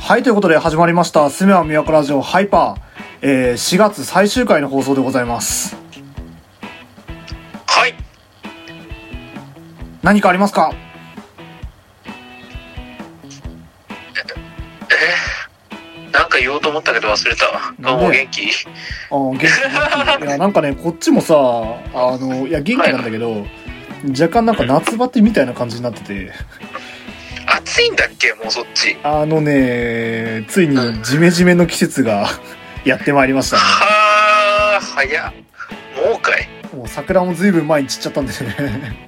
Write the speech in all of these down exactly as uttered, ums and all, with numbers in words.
はい、ということで始まりましたすめは都ラジオハイパー、えー、しがつ最終回の放送でございます。 はい、 何かありますか？ えー、なんか言おうと思ったけど忘れた。どうも元気？ あ元気元気いやなんかねこっちもさあのいや元気なんだけど、はい、若干なんか夏バテみたいな感じになってて暑いんだっけもうそっち。 あのねついにジメジメの季節がやってまいりましたね。 はあ早っ。もうかい。 もう桜もずいぶん前に散っちゃったんですね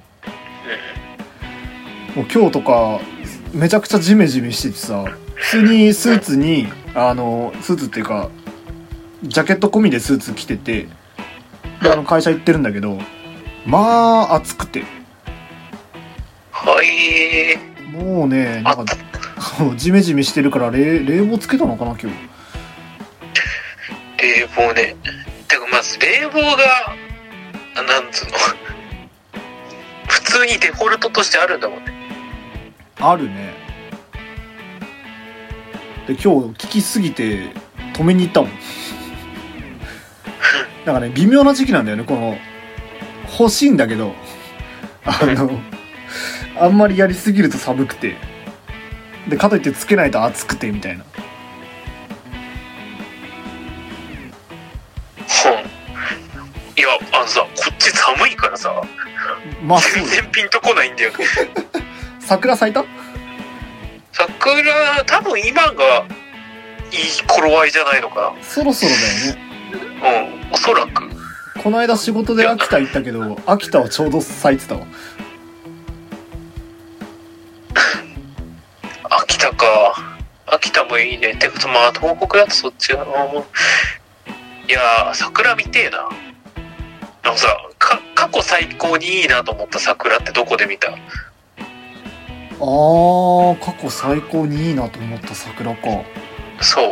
もう今日とかめちゃくちゃジメジメしててさ、普通にスーツにあのスーツっていうかジャケット込みでスーツ着てて、であの会社行ってるんだけど、まあ暑くて、 はいもうねなんかジメジメしてるから冷冷房つけたのかな今日。 冷房ね。てかまず冷房がなんつうの普通にデフォルトとしてあるんだもんね。 あるね。で今日聞きすぎて止めに行ったもんなんかね微妙な時期なんだよねこの欲しいんだけどあのあんまりやりすぎると寒くて、でかといってつけないと暑くてみたいな。 いやあのさこっち寒いからさ、まあ、全然ピンとこないんだよね桜咲いた？ 桜多分今がいい頃合いじゃないのかな。 そろそろだよね。うんおそらく。 この間仕事で秋田行ったけど秋田はちょうど咲いてたわ秋田か。秋田もいいね。てかまあ東北だとそっちがいやー桜見てえな。あのさか過去最高にいいなと思った桜ってどこで見た？ あー過去最高にいいなと思った桜か。 そう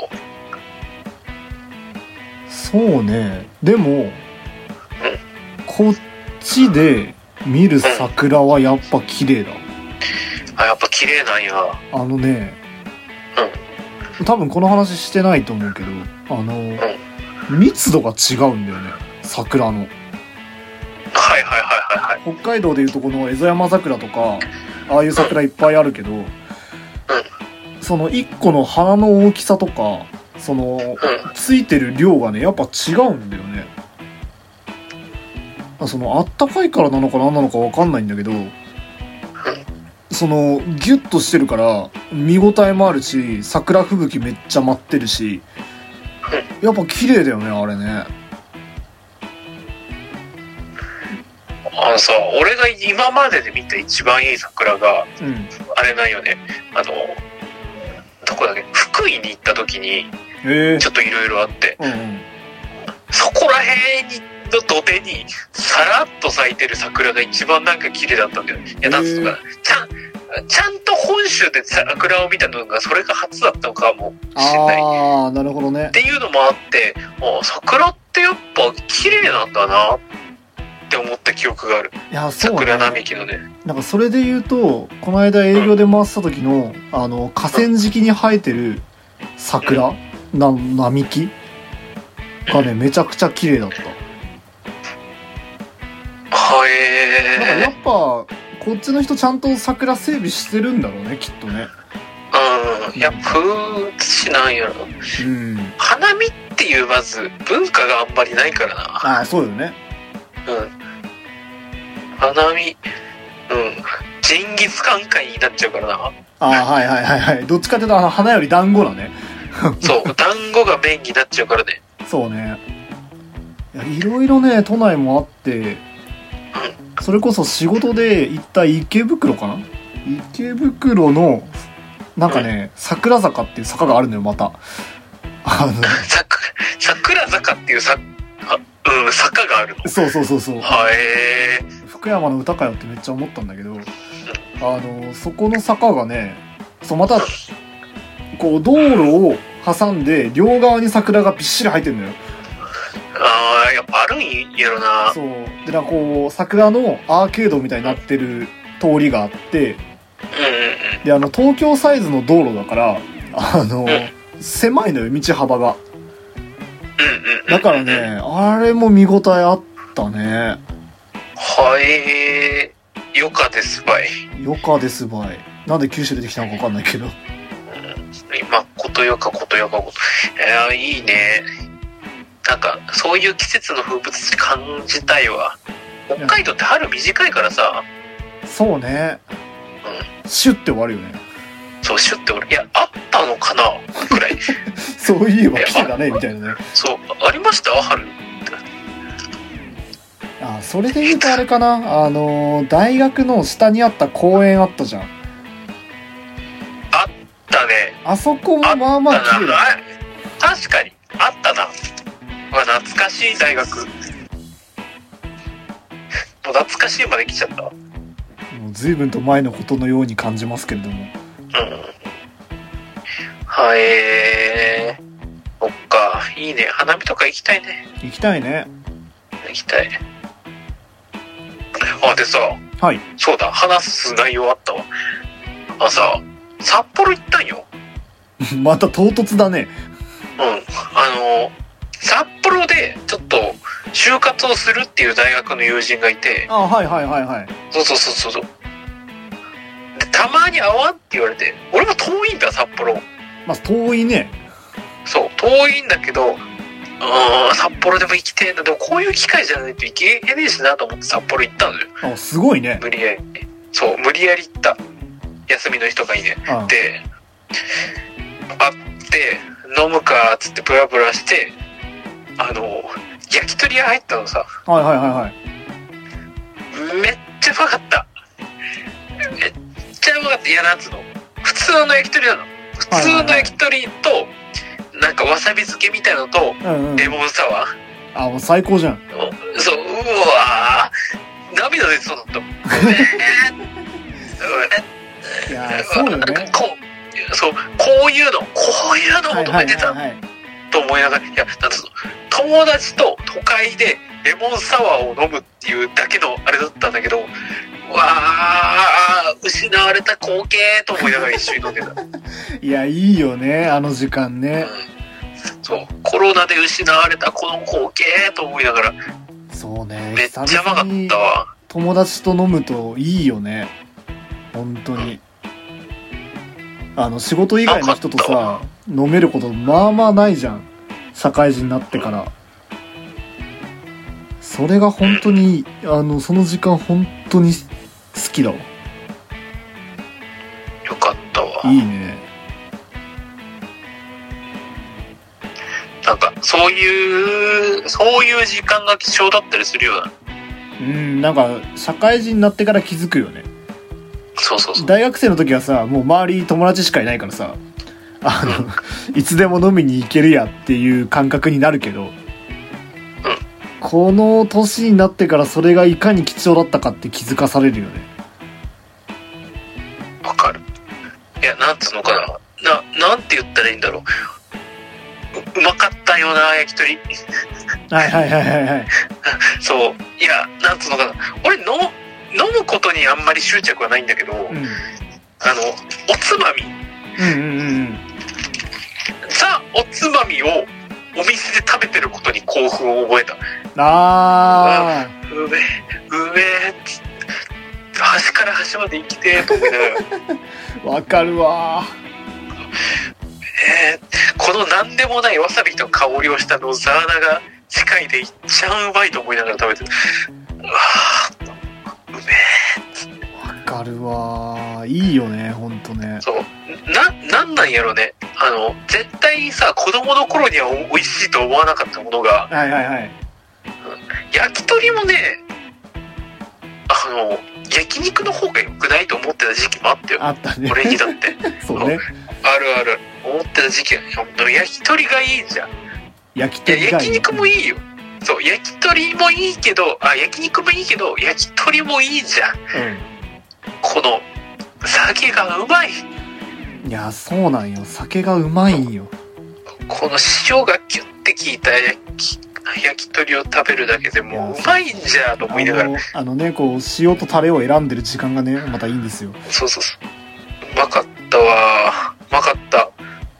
そうね。でも、うん、こっちで見る桜はやっぱ綺麗だ、うん、 あやっぱ綺麗なんや。 あのね、うん、多分この話してないと思うけどあの、うん、密度が違うんだよね桜の。 はいはいはいはいはい。 北海道でいうとこの蝦夷山桜とかああいう桜いっぱいあるけど、うん、そのいっこの花の大きさとかその、うん、ついてる量がねやっぱ違うんだよね。そのあったかいからなのか何なのか分かんないんだけど、うん、そのギュッとしてるから見応えもあるし桜吹雪めっちゃ舞ってるし、やっぱ綺麗だよねあれね。 あのさ俺が今までで見た一番いい桜が、うん、あれなんよね。あのどこだっけ福井に行った時にちょっといろいろあって、うんうん、そこら辺にの土手にさらっと咲いてる桜が一番なんか綺麗だったんだよね。いやなんつうのかな、ちゃんちゃんと本州で桜を見たのがそれが初だったのかもしれない。 ああなるほどね。 っていうのもあってあ桜ってやっぱ綺麗なんだなって思った記憶がある。 いやそう、ね、 桜並木のね。 なんかそれで言うとこの間営業で回ってた時の、うん、あの河川敷に生えてる桜、うん、な並木がねめちゃくちゃ綺麗だった。 はえー。 なんかやっぱこっちの人ちゃんと桜整備してるんだろうねきっとね。 うん。いや風物詩なんやろ。うん。花見っていうまず文化があんまりないからな。 ああそうよね。 うん。花見、うん、ジンギスカン会になっちゃうからな。 ああはいはいはいはい。どっちかというとあの花より団子だね。 そう団子がメインになっちゃうからね。 そうね。いやいろいろね都内もあって、うん、それこそ仕事で行った池袋かな。池袋のなんかね、うん、桜坂っていう坂があるのよまた。あの桜坂っていうさうん、坂があるの。 そうそうそうそう。 はえー。 福山の歌かよってめっちゃ思ったんだけど、あのそこの坂がね、そうまたこう道路を挟んで両側に桜がびっしり入ってるのよ。 ああやっぱあるんやろな。 そうでなんかこう桜のアーケードみたいになってる通りがあって、うんうんうん、であの東京サイズの道路だからあの、うん、狭いのよ道幅が。だからね、あれも見応えあったね。 はい、よかですばい。 よかですばい。なんで九州出てきたのか分かんないけど。うん、 今ことよかことよかこと。えー、いいね。なんかそういう季節の風物詩感じたいわ。北海道って春短いからさ。 そうね。うん。シュッて終わるよね。 そう、シュッて終わる。いや、あったのかなくらい。 そういえば来てたねみたいなね。 そう、ありました春。 あ、それで言うとあれかな。あの大学の下にあった公園あったじゃん。 あったね。 あそこもまあまあ綺麗だった。 確かにあったな。懐かしい大学。もう懐かしいまで来ちゃった。もう随分と前のことのように感じますけれども。うん。 はえー。そっか、いいね。花見とか行きたいね。 行きたいね。 行きたい。あ、でさ、 はい。 そうだ、話す内容あったわ。あ、さ、札幌行ったんよ。 また唐突だね。 うん。あの、札幌でちょっと就活をするっていう大学の友人がいて。 あ、はいはいはいはい。 そうそうそうそう。で、たまに会わんって言われて、俺も遠いんだ、札幌。 まあ、遠いね。 そう、遠いんだけど、うん、札幌でも行きてえな。でもこういう機会じゃないと行けねえしなと思って札幌行ったのよ。 あ、すごいね。 無理やり。そう、無理やり行った。休みの日とかにね。 ああで、会って飲むかっつってブラブラして、あの焼き鳥屋入ったのさ。 はいはいはいはい。 めっちゃうまかった。めっちゃうまかった。いや、なんつうの、普通の焼き鳥なの。普通の焼き鳥と、はいはいはい、なんかわさび漬けみたいのと、うんうん、レモンサワー。あ、もう最高じゃん。 そう、うわー、涙出そうだった。うえいやそうよね。 こう、そう、こういうの、こういうの求めてたと思いながら、いや、なんつうの、友達と都会でレモンサワーを飲むっていうだけのあれだったんだけど、うわー、失われた光景と思いながら一緒に飲んでた。 いや、いいよね、あの時間ね。 うん、そう、コロナで失われたこの光景と思いながら。 そうね。 めっちゃうまかったわ。 友達と飲むといいよね。本当に。うん、あの仕事以外の人とさ飲めることまあまあないじゃん。社会人になってから。それが本当に、うん、あのその時間本当に好きだわ。 よかったわ。 いいね。 なんかそういうそういう時間が貴重だったりするような。 うん、なんか社会人になってから気づくよね。 そうそうそう。 大学生の時はさ、もう周り友達しかいないからさ、あの、うん、いつでも飲みに行けるやっていう感覚になるけど、うん、この年になってからそれがいかに貴重だったかって気づかされるよね。 わかる。いや、なんつうのかな、な、なんて言ったらいいんだろう。う, うまかったよな、焼き鳥。 はいはいはいはいはい。 そう、いや、なんつうのかな、俺の飲むことにあんまり執着はないんだけど、うん、あのおつまみ、 うんうんうん、 ザおつまみをお店で食べてることに興奮を覚えた。 あー、 うめえうめえって端から端まで生きてーと思いながら。 わかるわえー、このなんでもないわさびと香りをした野沢菜が世界で一番うまいと思いながら食べてる。うわー、うめえ。 わかるわ。いいよね、ほんとね。 そう、な、なんなんやろね。あの絶対さ、子供の頃には美味しいと思わなかったものが、 はいはいはい、 焼き鳥もね、あの焼肉の方が良くないと思ってた時期もあったよ。 あったね。 俺にだってそうね、 あるある思ってた時期は、焼き鳥がいいじゃん。 焼き鳥がいい。 焼肉もいいよ。そう、焼き鳥もいいけど、あ、焼肉もいいけど焼き鳥もいいじゃん、うん、この酒がうまい。 いや、そうなんよ、酒がうまいんよ。 この塩がキュッて効いた焼き焼き鳥を食べるだけでもううまいんじゃと思いながら、あの、 あのね、こう塩とタレを選んでる時間がねまたいいんですよ。 そうそうそう、うまかったわ、うまかった。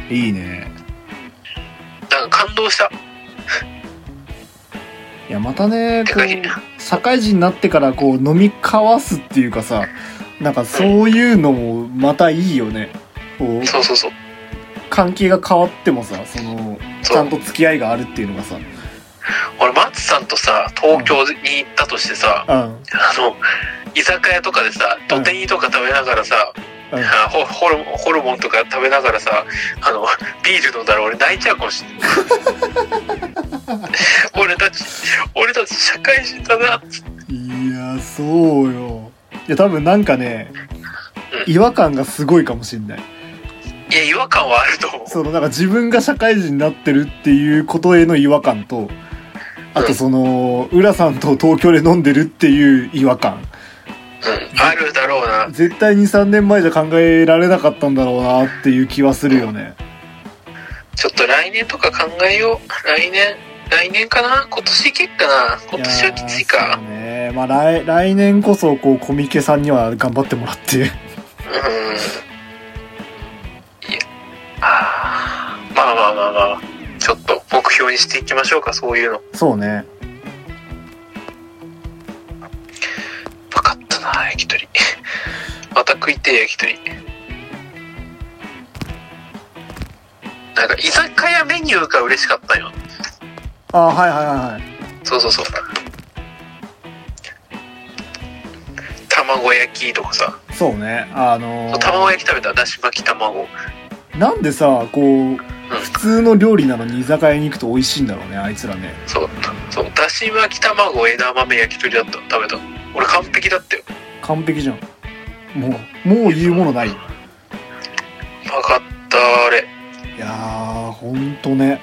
いいね。 なんか感動した。 いやまたね、こう社会人になってからこう飲み交わすっていうかさ、なんかそういうのもまたいいよね。こうそうそうそう。 関係が変わってもさ、そのちゃんと付き合いがあるっていうのがさ。 俺松さんとさ東京に行ったとしてさ、うん、あの居酒屋とかでさ土手煮とか食べながらさ、うん、ホ, ホ, ルホルモンとか食べながらさ、あのビール飲んだら俺泣いちゃうかもしれない俺たち俺たち社会人だなっつって。 いやそうよ。いや多分なんかね、うん、違和感がすごいかもしれない。 いや違和感はあると思う。 そのなんか自分が社会人になってるっていうことへの違和感と、あとその浦さんと東京で飲んでるっていう違和感、 うん、あるだろうな。 絶対にさんねんまえじゃ考えられなかったんだろうなっていう気はするよね。 ちょっと来年とか考えよう。来年来年かな。今年いけっかな。今年はきついか。 そうね。まあ 来, 来年こそこうコミケさんには頑張ってもらって。うん。いやあまあまあまあまあ。ちょっと目標にしていきましょうか、そういうの。 そうね。 分かったな、焼き鳥。また食いてえ焼き鳥。なんか居酒屋メニューが嬉しかったよ。 ああ、はいはいはい。 そうそうそう。卵焼きとかさ。 そうね。あのー、 卵焼き食べた。だし巻き卵。 なんでさ、こう、うん、普通の料理なのに居酒屋に行くと美味しいんだろうね、あいつらね。 そうそうだし巻き卵枝豆焼き鳥だった。食べた。俺完璧だったよ。 完璧じゃん。もうもう言うものない。 分かったあれ。 いやーほんとね。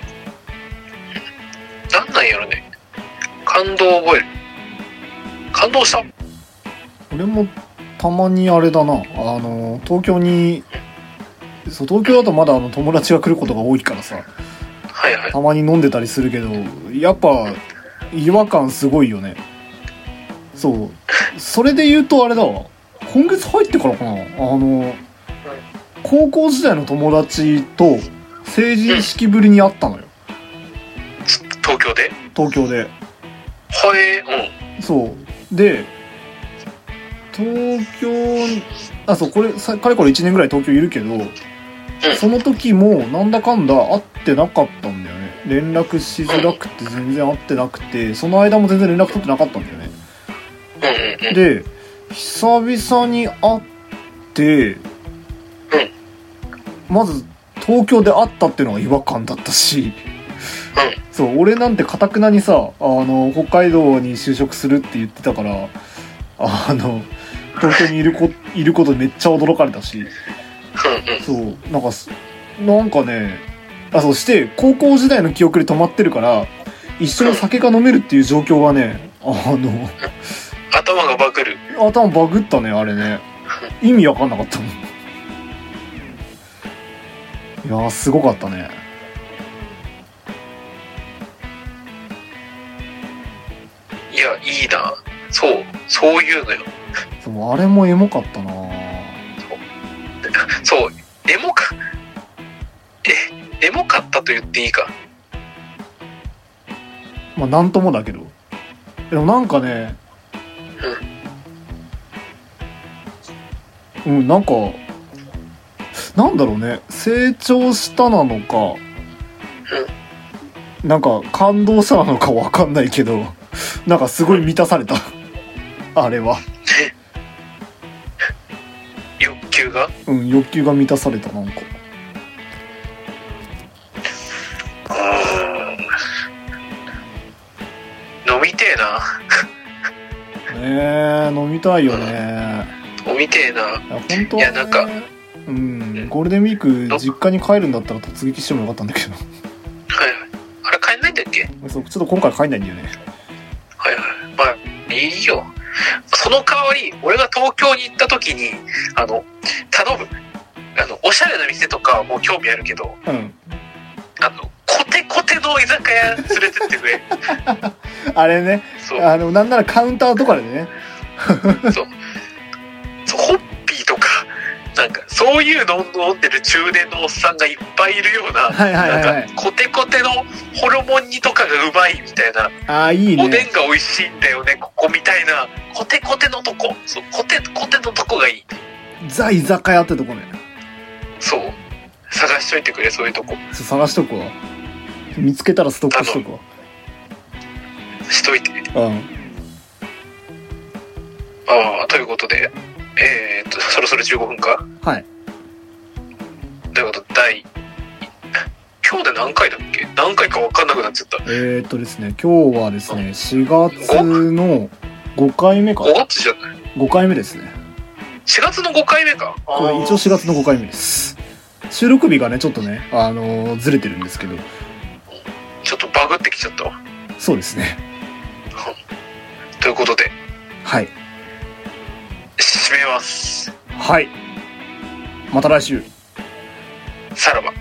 なんなんやろね。感動を覚える。感動した。 俺もたまにあれだな、あの東京に、そう東京だとまだあの友達が来ることが多いからさ、 はいはい、 たまに飲んでたりするけど、やっぱ違和感すごいよね。そうそれで言うとあれだわ、今月入ってからかな、あの高校時代の友達と成人式ぶりに会ったのよ、 うん、東京で東京ではい、 うん、そうで東京、あ、そう、これかれこれいちねんぐらい東京いるけど、うん、その時もなんだかんだ会ってなかったんだよね。連絡しづらくて全然会ってなくて、その間も全然連絡取ってなかったんだよね。 うん、 で久々に会って、うん、まず東京で会ったっていうのが違和感だったし、うん、そう俺なんて堅くなにさ、あの北海道に就職するって言ってたから、あの東京にいるこいることめっちゃ驚かれたし、そうなんかなんかね、あ、そうして高校時代の記憶で止まってるから一緒に酒が飲めるっていう状況がね、あの頭がバグる。 頭バグったねあれね。意味わかんなかったもん。いやーすごかったね。 いやいいな。そうそういうのよ。 そうあれもエモかったな。 そう、そうエモかえエモかったと言っていいか。 まあなんともだけど、でもなんかね、うん、うん、なんかなんだろうね、成長したなのか、うん、なんか感動したなのかわかんないけど、なんかすごい満たされたあれは欲求がうん欲求が満たされた。なんか飲みてえなねえ飲みたいよね、 うん、飲みてえな。いや本当は、ね、いやなんかうんゴールデンウィーク実家に帰るんだったら突撃してもよかったんだけど。はいはい。あれ帰んないんだっけ？ そうちょっと今回帰んないんだよね。 はいはい。まあいいよ。その代わり俺が東京に行った時にあの頼むあのおしゃれな店とかも興味あるけど、うん、あのコテコテの居酒屋連れてってくれあれね、あのなんならカウンターとかでねそうそうホッピーとかなんかそそういうのを飲んでる中年のおっさんがいっぱいいるような、 はいはいはいはい、 なんかコテコテのホルモン煮とかがうまいみたいな、 あーいいね、 おでんが美味しいんだよねここみたいな、コテコテのとこ、そうコテコテのとこがいい。 ザ居酒屋ってとこね。 そう探しといてくれ、そういうとこ。 そう探しとくわ、見つけたらストックしとくわ。 しといて。 うん。 ああ、ということで、えー、っとそろそろじゅうごふんか。 はい。 ということで第今日で何回だっけ、何回か分かんなくなっちゃった。 えー、っとですね今日はですねしがつのごかいめか。 ごがつじゃない、 ごかいめですね。 しがつのごかいめか。 これ一応しがつのごかいめです。収録日がねちょっとねあのー、ずれてるんですけど、 ちょっとバグってきちゃったわ。 そうですねということで、 はい、 締めます。 はい、また来週。 さらば。